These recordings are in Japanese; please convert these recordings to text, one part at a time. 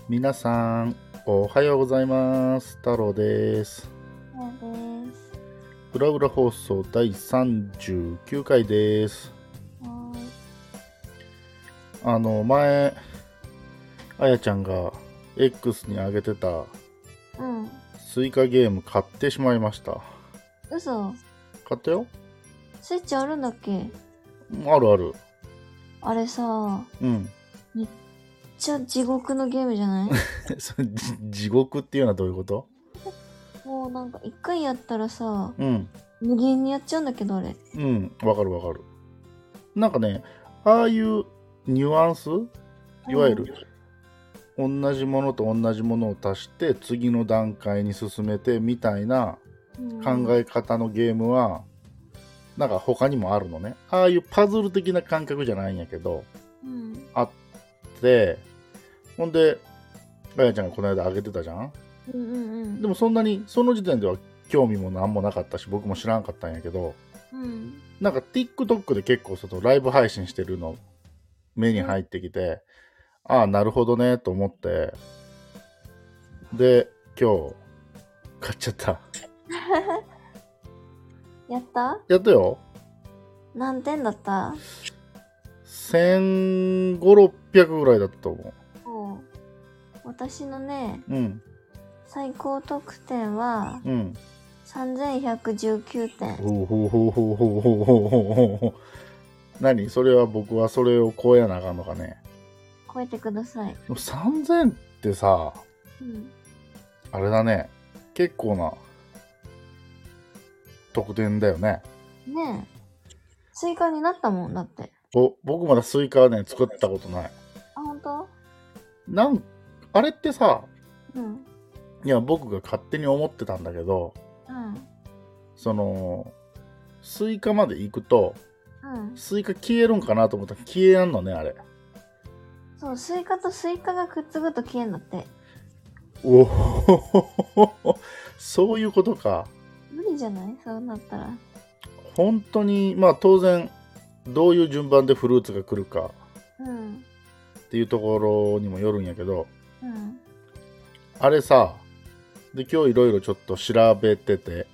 皆さん、おはようございます。太郎です。 そうです。 うらうら放送第39回です。 は前、あやちゃんが X に上げてたーい。うん。 スイカゲーム買ってしまいました。 嘘。 買ったよ。 スイッチあるんだっけ？ あるある。 あれさ、 うん。 めっちゃ地獄のゲームじゃない？ それ地獄っていうのはどういうこと？ もうなんか一回やったらさ、 うん。 無限にやっちゃうんだけどあれ。 うん。わかるわかる。なんかね、ああいうニュアンス、いわゆる同じものと同じものを足して次の段階に進めてみたいな考え方のゲームはなんか他にもあるのね。ああいうパズル的な感覚じゃないんやけど、あって、ほんであやちゃんがこの間あげてたじゃん。でもそんなにその時点では興味もなんもなかったし僕も知らんかったんやけど、なんか TikTok で結構そのライブ配信してるの目に入ってきて、ああなるほどねと思って、で今日買っちゃった。 やった？ やったよ。 何点だった？ 1500、600ぐらいだったと思おう。私のね、 う。うん。 最高得点はうん。 3119点。 ほうほうほうほうほうほうほうほうほう。何それは僕はそれを超えなあかんのかね。 超えてください。 でも3000ってさ、あれだね。結構な得点だよね。 ねえ。スイカになったもんだって。 僕まだスイカはね、作ったことない。 あ、ほんと？ あれってさ、 うん。 いや、僕が勝手に思ってたんだけど、その、スイカまで行くと、スイカ消えるんかなと思ったら消えやんのね、あれ。 そう、スイカとスイカがくっつくと消えんだって。 おお、そういうことか。 無理じゃない？そうなったら。 本当に、まあ当然、どういう順番でフルーツが来るかっていうところにもよるんやけど、あれさ、で今日いろいろちょっと調べてて、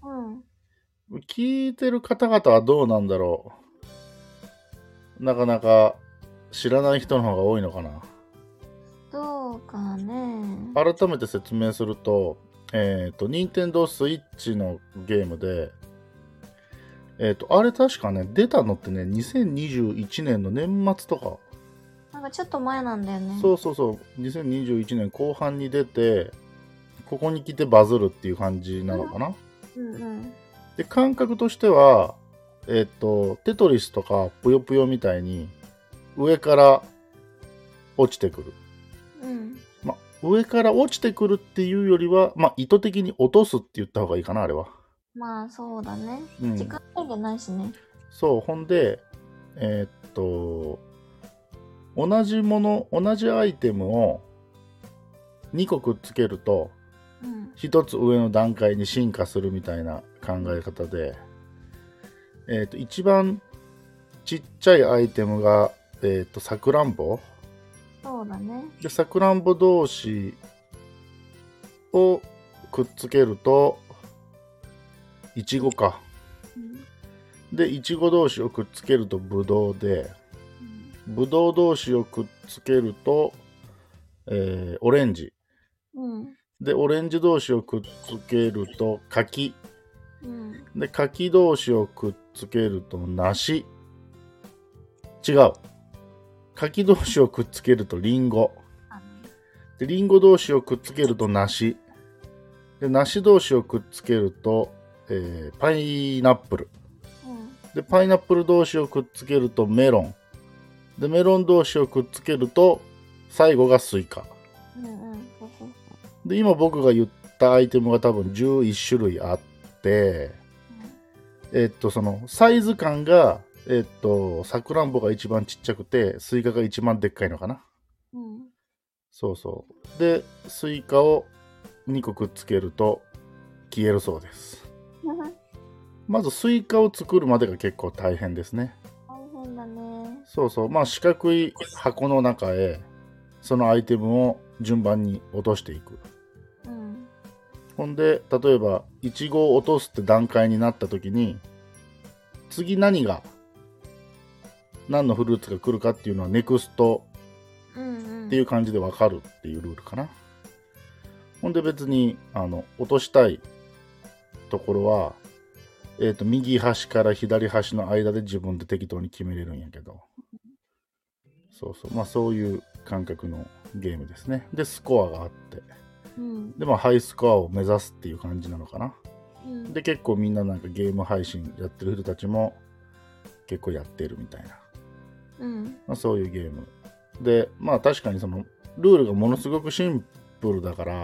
聞いてる方々はどうなんだろう。なかなか知らない人の方が多いのかな。 どうかね。 改めて説明すると、任天堂スイッチのゲームで、あれ確かね、出たのってね、2021年の年末とか。 なんかちょっと前なんだよね。 そうそうそう、2021年後半に出て、ここに来てバズるっていう感じなのかな。で、感覚としては、テトリスとかぷよぷよみたいに、上から落ちてくる。まあ、上から落ちてくるっていうよりは、まあ、意図的に落とすって言った方がいいかな、あれは。 まあそうだね。 うん時間制限ないしね。 そう、ほんで、同じもの、同じアイテムを2個くっつけると、1つ上の段階に進化するみたいな考え方で、一番ちっちゃいアイテムが、さくらんぼ。 そうだね。 で、さくらんぼ同士をくっつけると、いちごか。で、いちご同士をくっつけるとぶどうで、ぶどう同士をくっつけると、オレンジ。で、オレンジ同士をくっつけると柿。で、柿同士をくっつけると梨。違う。柿同士をくっつけるとリンゴ。で、リンゴ同士をくっつけると梨。で、梨同士をくっつけると、パイナップル。で、パイナップル同士をくっつけるとメロン。で、メロン同士をくっつけると最後がスイカ。で、今僕が言ったアイテムが多分11種類あって、そのサイズ感がさくらんぼが一番ちっちゃくてスイカが一番でっかいのかな。そうそう。で、スイカを2個くっつけると消えるそうです。まずスイカを作るまでが結構大変ですね。 大変だね。 そうそう。まあ四角い箱の中へそのアイテムを順番に落としていく。 うん。 ほんで例えばイチゴを落とすって段階になった時に、次何のフルーツが来るかっていうのはネクストっていう感じで分かるっていうルールかな。ほんで別に落としたいところは、右端から左端の間で自分で適当に決めれるんやけど、そうそう、まあそういう感覚のゲームですね。でスコアがあって、でまあハイスコアを目指すっていう感じなのかな。で結構みんななんかゲーム配信やってる人たちも結構やってるみたいな、まあ、そういうゲームで、まあ確かにそのルールがものすごくシンプルだから、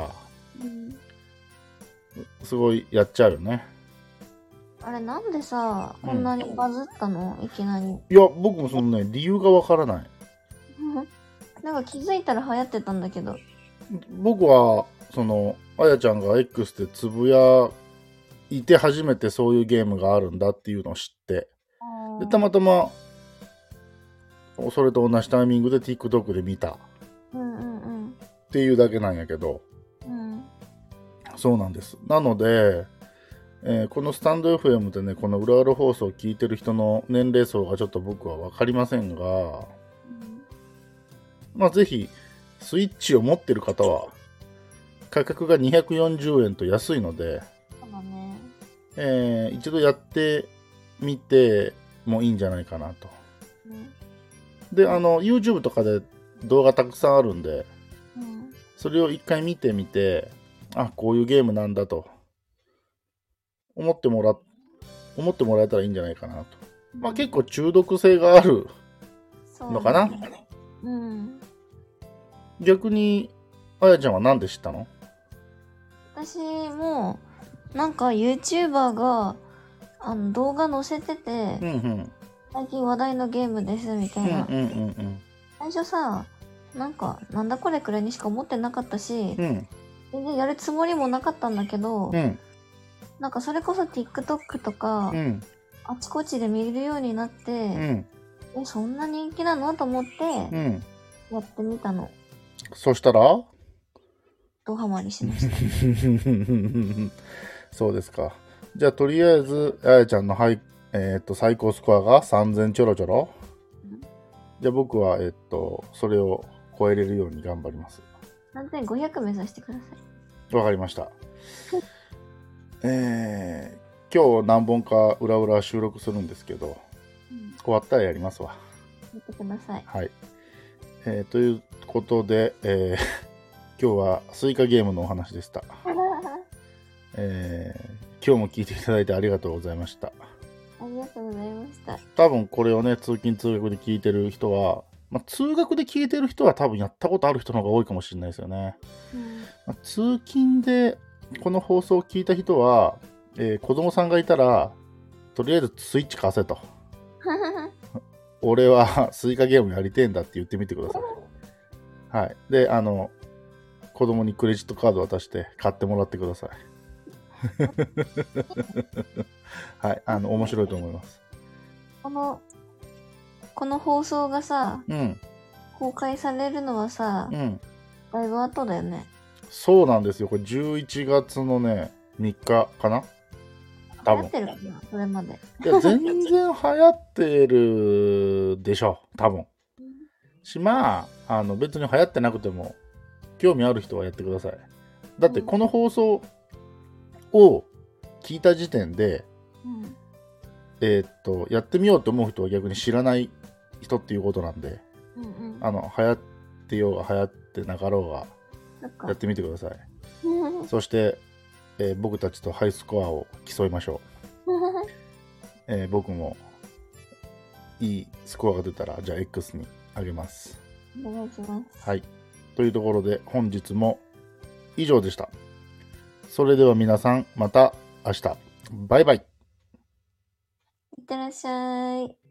すごいやっちゃうよね。 あれなんでさ、こんなにバズったの、いきなり。 いや僕もそのね理由がわからない。 なんか気づいたら流行ってたんだけど。 僕はそのあやちゃんが X でつぶやいて初めてそういうゲームがあるんだっていうのを知って、でたまたまそれと同じタイミングで TikTok で見たっていうだけなんやけど、そうなんです。なので、このスタンド FM でねこの裏裏放送を聞いてる人の年齢層がちょっと僕は分かりませんが、まあぜひスイッチを持ってる方は価格が240円と安いので、一度やってみてもいいんじゃないかなと。でYouTube とかで動画たくさんあるんで、それを一回見てみて、あこういうゲームなんだと思ってもらえたらいいんじゃないかなと。まあ結構中毒性があるのかな。逆にあやちゃんはなんで知ったの？ 私もなんか YouTuber が動画載せてて、最近話題のゲームですみたいな。最初さ、なんだこれくらいにしか思ってなかったし、全然やるつもりもなかったんだけど、なんかそれこそ TikTok とか、あちこちで見れるようになって、そんな人気なのと思って、やってみたの。 そしたらドハマりしました。 そうですか。じゃあとりあえずあやちゃんの最高スコアが3000ちょろちょろ。じゃあ僕はそれを超えれるように頑張ります。 3500目指してください。 わかりました。今日何本か裏裏収録するんですけど、終わったらやりますわ。 やってください。 はい。ということで、今日はスイカゲームのお話でした。今日も聞いていただいてありがとうございました。 ありがとうございました。 多分これをね通勤通学で聞いてる人は、通学で聞いてる人は多分やったことある人の方が多いかもしれないですよね。通勤でこの放送を聞いた人は、子供さんがいたらとりあえずスイッチ貸せと。俺はスイカゲームやりてえんだって言ってみてください。はい。で子供にクレジットカード渡して買ってもらってください。はい、面白いと思います。 この放送がさ、公開されるのはさ、だいぶ後だよね。 そうなんですよ。これ11月のね3日かな。 多分流行ってるかな、それまで。 いや全然流行ってるでしょ多分。まあ別に流行ってなくても興味ある人はやってください。だってこの放送を聞いた時点で、やってみようと思う人は逆に知らない人っていうことなんで、流行ってようが流行ってなかろうがやってみてください。そして、僕たちとハイスコアを競いましょう。僕もいいスコアが出たらじゃあ X にあげます。 お願いします。 はい。というところで本日も以上でした。それでは皆さんまた明日。バイバイ。 いってらっしゃい。